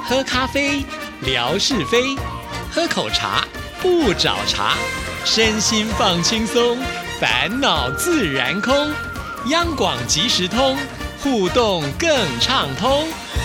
喝咖啡，聊是非；喝口茶，不找茬。身心放轻松，烦恼自然空。央广即时通，互动更畅通。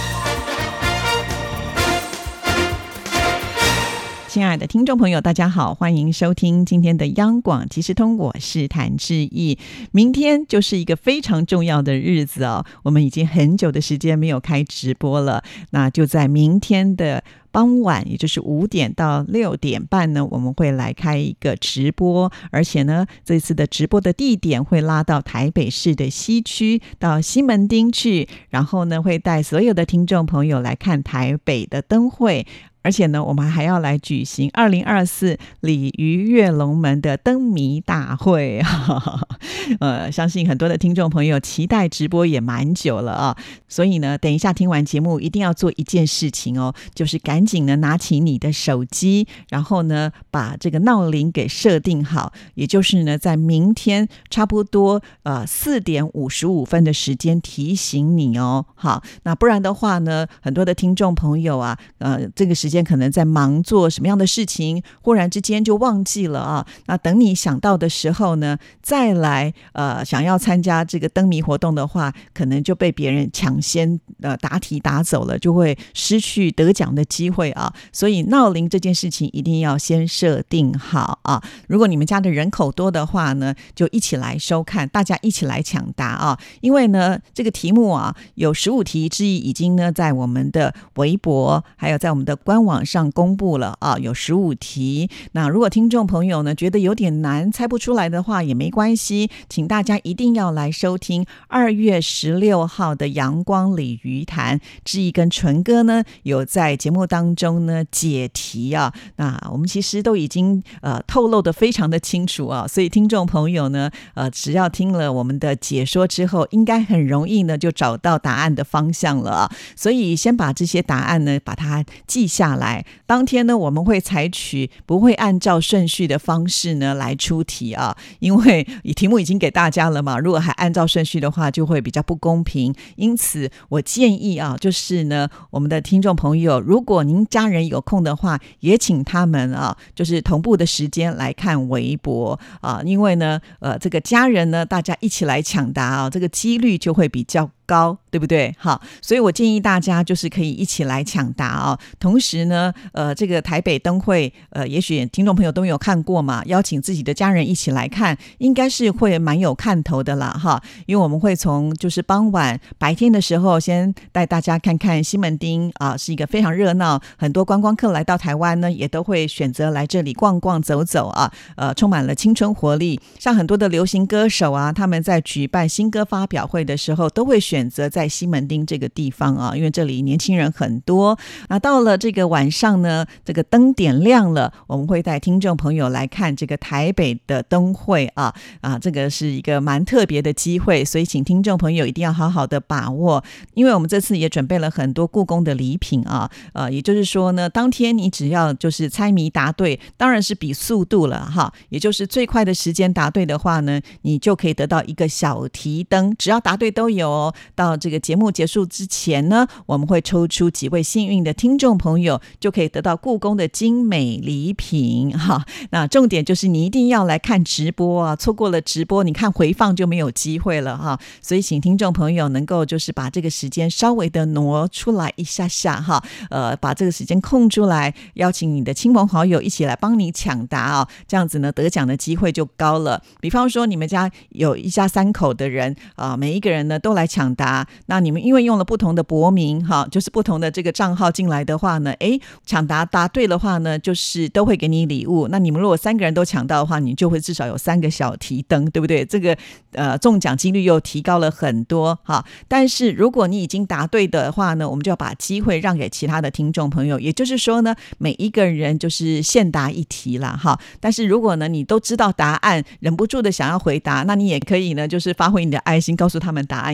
亲爱的听众朋友，大家好，欢迎收听今天的央广即时通，我是谭志毅。明天就是一个非常重要的日子哦，我们已经很久的时间没有开直播了，那就在明天的傍晚，也就是5点到6点半呢，我们会来开一个直播，而且呢，这次的直播的地点会拉到台北市的西区，到西门町去，然后呢，会带所有的听众朋友来看台北的灯会。而且呢，我们还要来举行2024鲤鱼跃龙门的灯谜大会相信很多的听众朋友期待直播也蛮久了啊，所以呢，等一下听完节目一定要做一件事情哦，就是赶紧呢拿起你的手机，然后呢把这个闹铃给设定好，也就是呢在明天差不多4点55分的时间提醒你哦。好，那不然的话呢，很多的听众朋友啊，这个时间可能在忙做什么样的事情，忽然之间就忘记了啊。那等你想到的时候呢，再来想要参加这个灯谜活动的话，可能就被别人抢先答题打走了，就会失去得奖的机会啊。所以闹铃这件事情一定要先设定好啊。如果你们家的人口多的话呢，就一起来收看，大家一起来抢答啊。因为呢，这个题目啊有15题之一，已经呢在我们的微博还有在我们的官网上公布了啊，有15题。那如果听众朋友呢觉得有点难猜不出来的话也没关系，请大家一定要来收听2月16号的阳光鲤鱼谈，志毅跟纯哥呢有在节目当中呢解题啊。那我们其实都已经透露的非常的清楚啊，所以听众朋友呢只要听了我们的解说之后，应该很容易呢就找到答案的方向了啊。所以先把这些答案呢把它记下来，当天呢我们会采取不会按照顺序的方式呢来出题啊，因为题目已经给大家了嘛，如果还按照顺序的话就会比较不公平。因此我建议啊，就是呢我们的听众朋友，如果您家人有空的话，也请他们啊就是同步的时间来看微博啊，因为呢这个家人呢大家一起来抢答啊，这个几率就会比较高，对不对？好，所以我建议大家就是可以一起来抢答哦。同时呢这个台北灯会也许听众朋友都有看过嘛，邀请自己的家人一起来看，应该是会蛮有看头的啦哈。因为我们会从就是傍晚白天的时候先带大家看看西门町啊，是一个非常热闹，很多观光客来到台湾呢也都会选择来这里逛逛走走啊，充满了青春活力。像很多的流行歌手啊，他们在举办新歌发表会的时候都会选择在西门町这个地方啊，因为这里年轻人很多。那到了这个晚上呢，这个灯点亮了，我们会带听众朋友来看这个台北的灯会啊，这个是一个蛮特别的机会，所以请听众朋友一定要好好的把握。因为我们这次也准备了很多故宫的礼品啊，也就是说呢，当天你只要就是猜谜答对，当然是比速度了哈，也就是最快的时间答对的话呢，你就可以得到一个小提灯，只要答对都有哦。到这个节目结束之前呢，我们会抽出几位幸运的听众朋友，就可以得到故宫的精美礼品哈。那重点就是你一定要来看直播啊，错过了直播你看回放就没有机会了哈。所以请听众朋友能够就是把这个时间稍微的挪出来一下下哈，把这个时间空出来，邀请你的亲朋好友一起来帮你抢答啊，这样子呢得奖的机会就高了。比方说你们家有一家3口的人每一个人呢都来抢答，那你们因为用了不同的国名哈，就是不同的这个账号进来的话呢，抢答答对的话呢，就是都会给你礼物。那你们如果3个人都抢到的话，你就会至少有3个小提灯，对不对？这个中奖几率又提高了很多哈。但是如果你已经答对的话呢，我们就要把机会让给其他的听众朋友，也就是说呢，每一个人就是限答1题啦哈。但是如果呢你都知道答案，忍不住的想要回答，那你也可以呢就是发挥你的爱心，告诉他们答案也来抢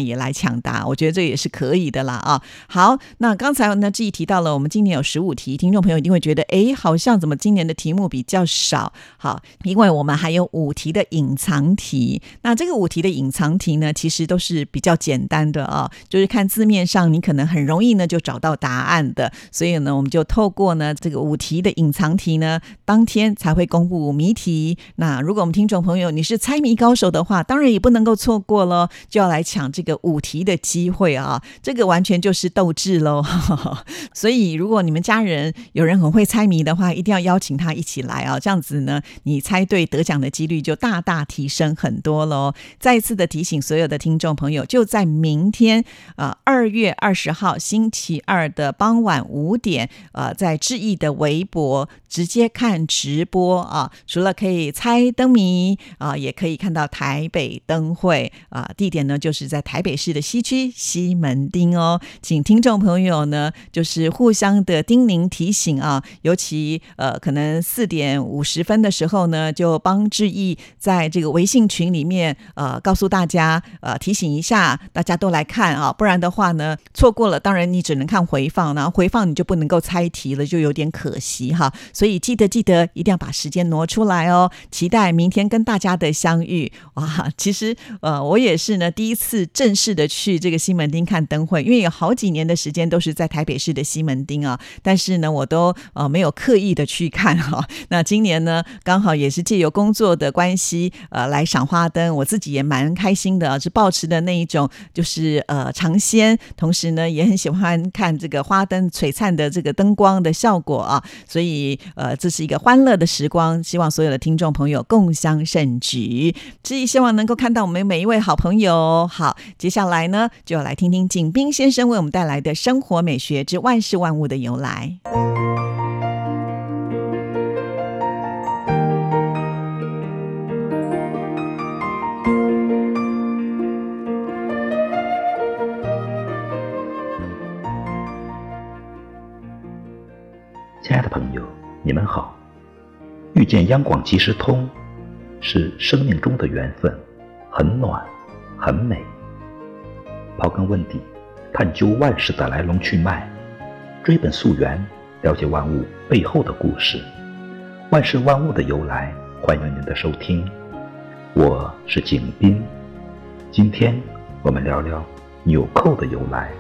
抢答，我觉得这也是可以的啦啊。好，那刚才呢志毅提到了我们今年有15题，听众朋友一定会觉得好像怎么今年的题目比较少。好，因为我们还有5题的隐藏题，那这个5题的隐藏题呢其实都是比较简单的啊，就是看字面上你可能很容易呢就找到答案的，所以呢我们就透过呢这个5题的隐藏题呢，当天才会公布谜题。那如果我们听众朋友你是猜谜高手的话，当然也不能够错过咯，就要来抢这个5题的机会啊，这个完全就是斗智咯所以如果你们家人有人很会猜谜的话，一定要邀请他一起来啊，这样子呢你猜对得奖的几率就大大提升很多咯。再一次的提醒所有的听众朋友，就在明天2月20号星期二的傍晚5点在志毅的微博直接看直播啊，除了可以猜灯谜也可以看到台北灯会地点呢就是在台北市的西区西门町哦。请听众朋友呢就是互相的叮咛提醒啊，尤其可能4点50分的时候呢，就帮志毅在这个微信群里面告诉大家提醒一下，大家都来看啊，不然的话呢错过了当然你只能看回放，然后回放你就不能够猜题了，就有点可惜哈。所以记得一定要把时间挪出来哦，期待明天跟大家的相遇。哇，其实我也是呢第一次正式的去这个西门町看灯会，因为有好几年的时间都是在台北市的西门町啊，但是呢我都没有刻意的去看那今年呢刚好也是借由工作的关系来赏花灯，我自己也蛮开心的是抱持的那一种就是尝鲜，同时呢也很喜欢看这个花灯璀璨的这个灯光的效果啊，所以这是一个欢乐的时光，希望所有的听众朋友共襄盛举，志毅希望能够看到我们每一位好朋友。好，接下来呢就要来听听景斌先生为我们带来的生活美学之万事万物的由来。 亲爱的朋友，你们好。遇见央广即时通是生命中的缘分，很暖很美。刨根问底，探究万事的来龙去脉，追本溯源，了解万物背后的故事，万事万物的由来。欢迎您的收听，我是景斌。今天我们聊聊纽扣的由来。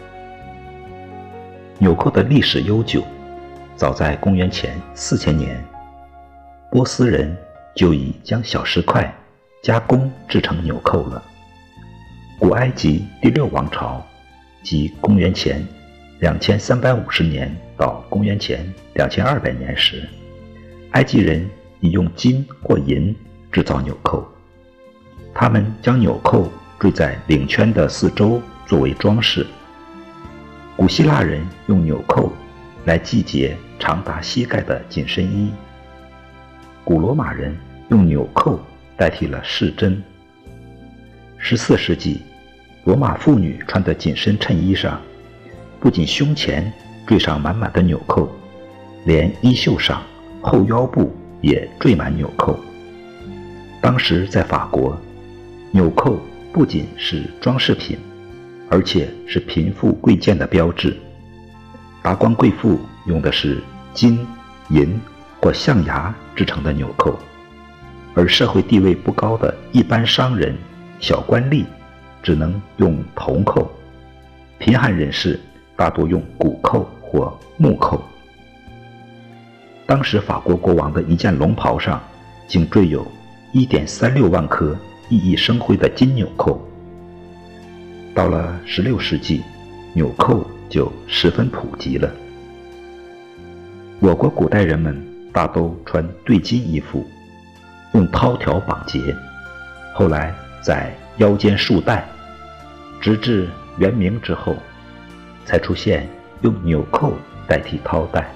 纽扣的历史悠久，早在公元前4000年，波斯人就已将小石块加工制成纽扣了。古埃及第6王朝，即公元前2350年到公元前2200年时，埃及人以用金或银制造纽扣，他们将纽扣缀在领圈的四周作为装饰。古希腊人用纽扣来系结长达膝盖的紧身衣，古罗马人用纽扣代替了饰针。14世纪，罗马妇女穿的紧身衬衣上，不仅胸前缀上满满的纽扣，连衣袖上、后腰部也缀满纽扣。当时在法国，纽扣不仅是装饰品，而且是贫富贵贱的标志。达官贵妇用的是金、银或象牙制成的纽扣，而社会地位不高的一般商人、小官吏只能用铜扣，贫寒人士大多用骨扣或木扣。当时法国国王的一件龙袍上竟缀有 1.36 万颗熠熠生辉的金纽扣。到了16世纪，纽扣就十分普及了。我国古代人们大都穿对襟衣服，用绦条绑结，后来在腰间束带，直至元明之后，才出现用纽扣代替绦带。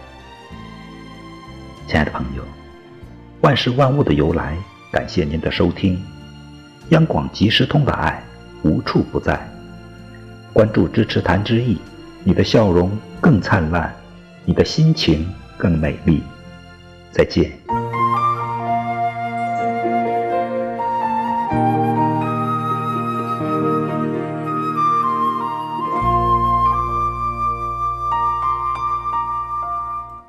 亲爱的朋友，万事万物的由来，感谢您的收听。央广即时通的爱无处不在，关注支持谭之毅，你的笑容更灿烂，你的心情更美丽。再见。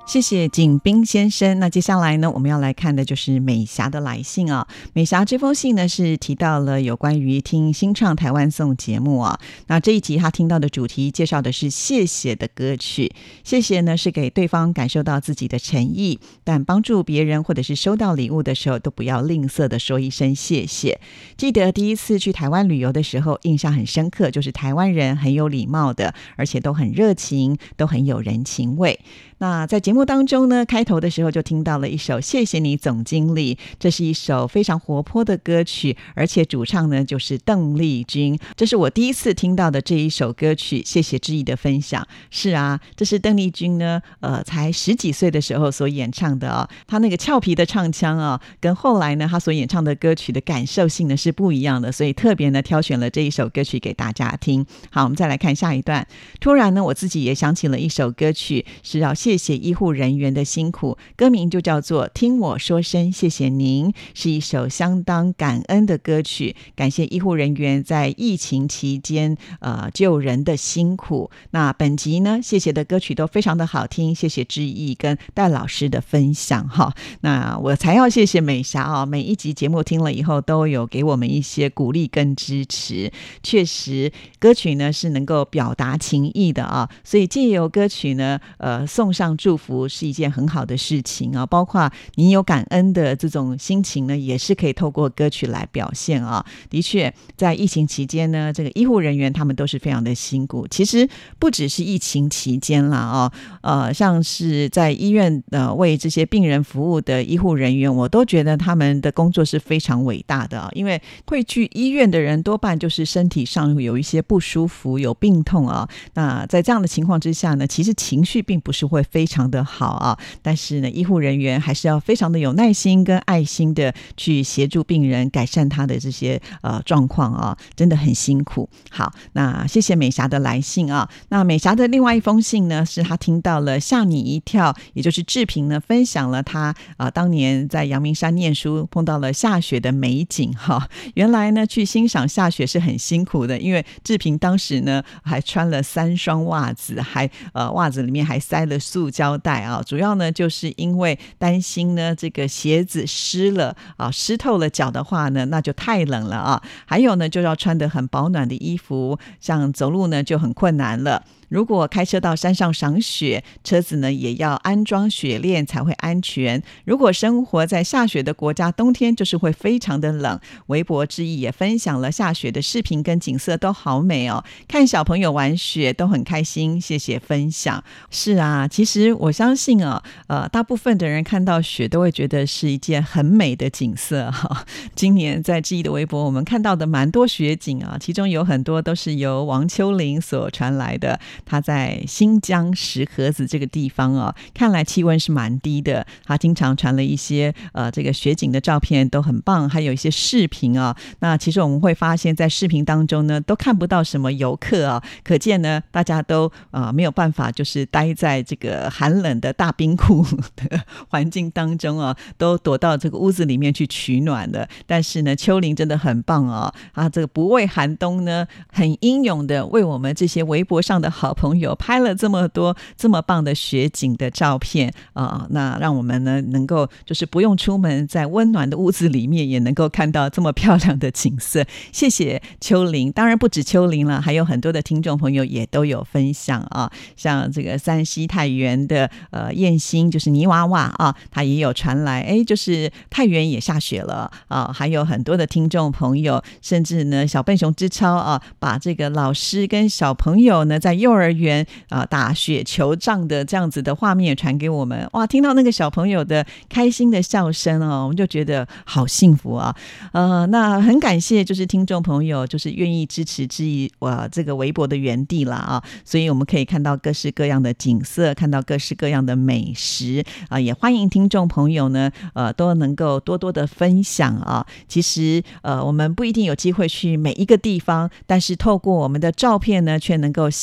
谢谢景斌先生。那接下来呢，我们要来看的就是美霞的来信啊。美霞这封信呢是提到了有关于听新唱台湾颂节目啊。那这一集他听到的主题介绍的是谢谢的歌曲。谢谢呢是给对方感受到自己的诚意，但帮助别人或者是收到礼物的时候都不要吝啬的说一声谢谢。记得第一次去台湾旅游的时候印象很深刻，就是台湾人很有礼貌的，而且都很热情，都很有人情味。那在节目当中呢，开头的时候就听到了一首谢谢你总经理，这是一首非常活泼的歌曲，而且主唱呢就是邓丽君。这是我第一次听到的这一首歌曲，谢谢之意的分享。是啊，这是邓丽君呢才10几岁的时候所演唱的哦。她那个俏皮的唱腔啊，跟后来呢她所演唱的歌曲的感受性呢是不一样的，所以特别呢挑选了这一首歌曲给大家听。好，我们再来看下一段。突然呢我自己也想起了一首歌曲，是要谢谢医护人员的辛苦，歌名就叫做听我说声谢谢您，是一首相当感恩的歌曲，感谢医护人员在疫情期间救人的辛苦。那本集呢谢谢的歌曲都非常的好听，谢谢志毅跟戴老师的分享哈。那我才要谢谢美霞啊，每一集节目听了以后都有给我们一些鼓励跟支持。确实歌曲呢是能够表达情意的啊，所以借由歌曲呢送上祝福是一件很好的事情啊，包括你有感恩的这种心情呢也是可以透过歌曲来表现啊。的确在疫情期间呢，这个医护人员他们都是非常的辛苦，其实不只是疫情期间啦像是在医院为这些病人服务的医护人员，我都觉得他们的工作是非常伟大的啊，因为会去医院的人多半就是身体上有一些不舒服，有病痛啊。那在这样的情况之下呢，其实情绪并不是会非常的好啊，但是呢医护人员还是要非常的有耐心跟爱心的去协助病人改善他的这些状况啊，真的很辛苦。好，那谢谢美霞的来信啊。那美霞的另外一封信呢，是她听到了吓你一跳，也就是志平呢分享了她当年在阳明山念书碰到了下雪的美景哈。原来呢去欣赏下雪是很辛苦的，因为志平当时呢还穿了3双袜子，还袜子里面还塞了塑胶袋啊，主要呢就是因为担心呢这个鞋子湿了啊，湿透了脚的话呢那就太冷了啊，还有呢就要穿得很保暖的衣服，像走路呢就很困难了。如果开车到山上赏雪，车子呢也要安装雪链才会安全。如果生活在下雪的国家，冬天就是会非常的冷。微博之意也分享了下雪的视频跟景色都好美哦，看小朋友玩雪都很开心，谢谢分享。是啊，其实我相信大部分的人看到雪都会觉得是一件很美的景色哈。今年在之意的微博我们看到的蛮多雪景啊，其中有很多都是由王秋玲所传来的。他在新疆石河子这个地方看来气温是蛮低的，他经常传了一些这个雪景的照片都很棒，还有一些视频那其实我们会发现在视频当中呢都看不到什么游客可见呢大家都没有办法就是待在这个寒冷的大冰库的环境当中都躲到这个屋子里面去取暖的。但是呢秋玲真的很棒这个不畏寒冬呢，很英勇的为我们这些微博上的好朋友拍了这么多这么棒的雪景的照片那让我们呢能够就是不用出门，在温暖的屋子里面也能够看到这么漂亮的景色。谢谢秋玲，当然不止秋玲了，还有很多的听众朋友也都有分享像这个山西太原的燕心就是泥娃娃他也有传来就是太原也下雪了还有很多的听众朋友，甚至呢小笨熊之超把这个老师跟小朋友呢在幼儿园打雪球仗的这样子的画面传给我们。哇，听到那个小朋友的开心的笑声我们就觉得好幸福那很感谢就是听众朋友就是愿意支持之意这个微博的园地啦所以我们可以看到各式各样的景色，看到各式各样的美食也欢迎听众朋友呢都能够多多的分享其实我们不一定有机会去每一个地方，但是透过我们的照片呢却能够欣赏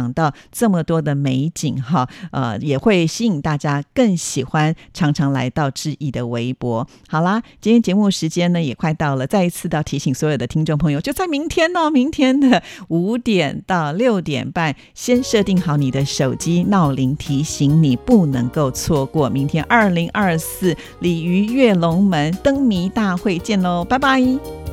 赏到这么多的美景哈，也会吸引大家更喜欢常常来到志毅的微博。好啦，今天节目时间呢也快到了，再一次要提醒所有的听众朋友，就在明天哦，明天的5点到6点半，先设定好你的手机闹铃，提醒你不能够错过明天2024鲤鱼跃龙门灯谜大会见喽，拜拜。